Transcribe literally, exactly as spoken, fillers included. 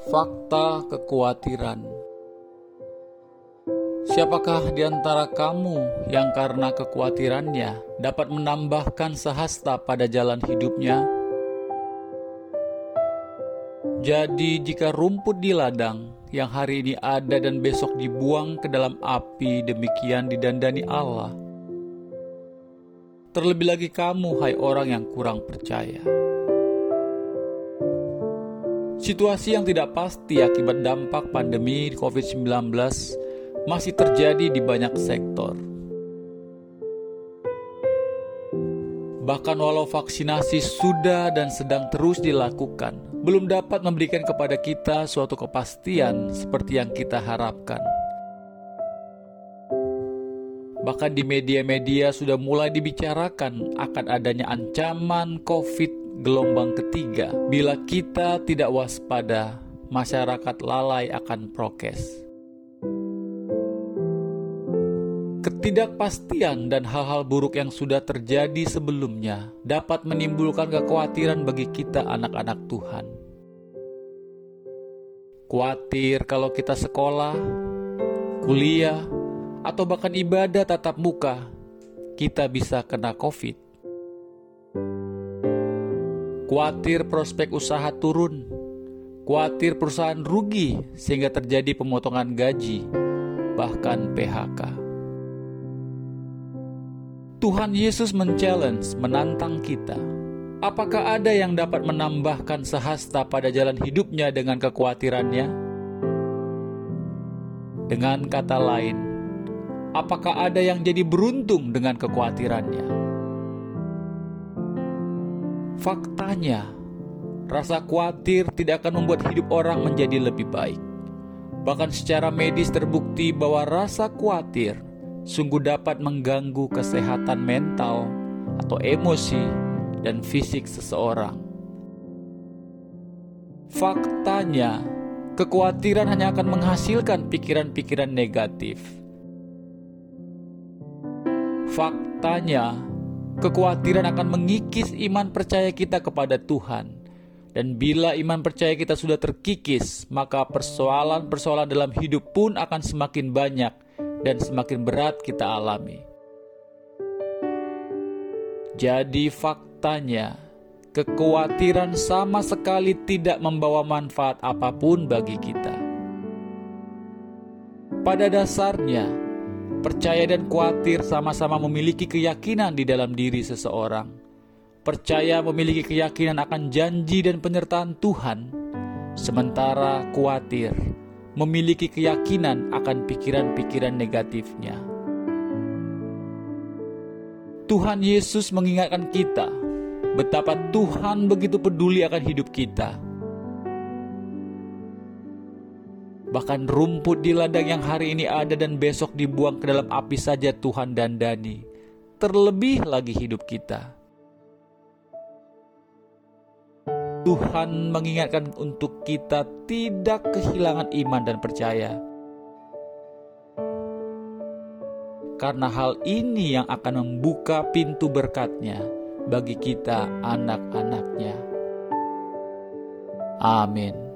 Fakta kekhawatiran. Siapakah di antara kamu yang karena kekhawatirannya dapat menambahkan sehasta pada jalan hidupnya? Jadi jika rumput di ladang yang hari ini ada dan besok dibuang ke dalam api, demikian didandani Allah. Terlebih lagi kamu, hai orang yang kurang percaya. Situasi yang tidak pasti akibat dampak pandemi covid sembilan belas masih terjadi di banyak sektor. Bahkan walau vaksinasi sudah dan sedang terus dilakukan, belum dapat memberikan kepada kita suatu kepastian seperti yang kita harapkan. Bahkan di media-media sudah mulai dibicarakan akan adanya ancaman COVID gelombang ketiga. Bila kita tidak waspada, masyarakat lalai akan prokes. Ketidakpastian dan hal-hal buruk yang sudah terjadi sebelumnya dapat menimbulkan kekhawatiran bagi kita anak-anak Tuhan. Khawatir kalau kita sekolah, kuliah, atau bahkan ibadah tatap muka, kita bisa kena COVID. Khawatir prospek usaha turun, khawatir perusahaan rugi sehingga terjadi pemotongan gaji, bahkan P H K. Tuhan Yesus men-challenge, menantang kita. Apakah ada yang dapat menambahkan sehasta pada jalan hidupnya dengan kekhawatirannya? Dengan kata lain, apakah ada yang jadi beruntung dengan kekhawatirannya? Faktanya, rasa khawatir tidak akan membuat hidup orang menjadi lebih baik. Bahkan secara medis terbukti bahwa rasa khawatir sungguh dapat mengganggu kesehatan mental atau emosi dan fisik seseorang. Faktanya, kekhawatiran hanya akan menghasilkan pikiran-pikiran negatif. Faktanya, kekhawatiran akan mengikis iman percaya kita kepada Tuhan. Dan bila iman percaya kita sudah terkikis, maka persoalan-persoalan dalam hidup pun akan semakin banyak dan semakin berat kita alami. Jadi faktanya, kekhawatiran sama sekali tidak membawa manfaat apapun bagi kita. Pada dasarnya, percaya dan khawatir sama-sama memiliki keyakinan di dalam diri seseorang. Percaya memiliki keyakinan akan janji dan penyertaan Tuhan, sementara khawatir memiliki keyakinan akan pikiran-pikiran negatifnya. Tuhan Yesus mengingatkan kita betapa Tuhan begitu peduli akan hidup kita. Bahkan rumput di ladang yang hari ini ada dan besok dibuang ke dalam api saja Tuhan dandani. Terlebih lagi hidup kita. Tuhan mengingatkan untuk kita tidak kehilangan iman dan percaya. Karena hal ini yang akan membuka pintu berkat-Nya bagi kita anak-anak-Nya. Amin.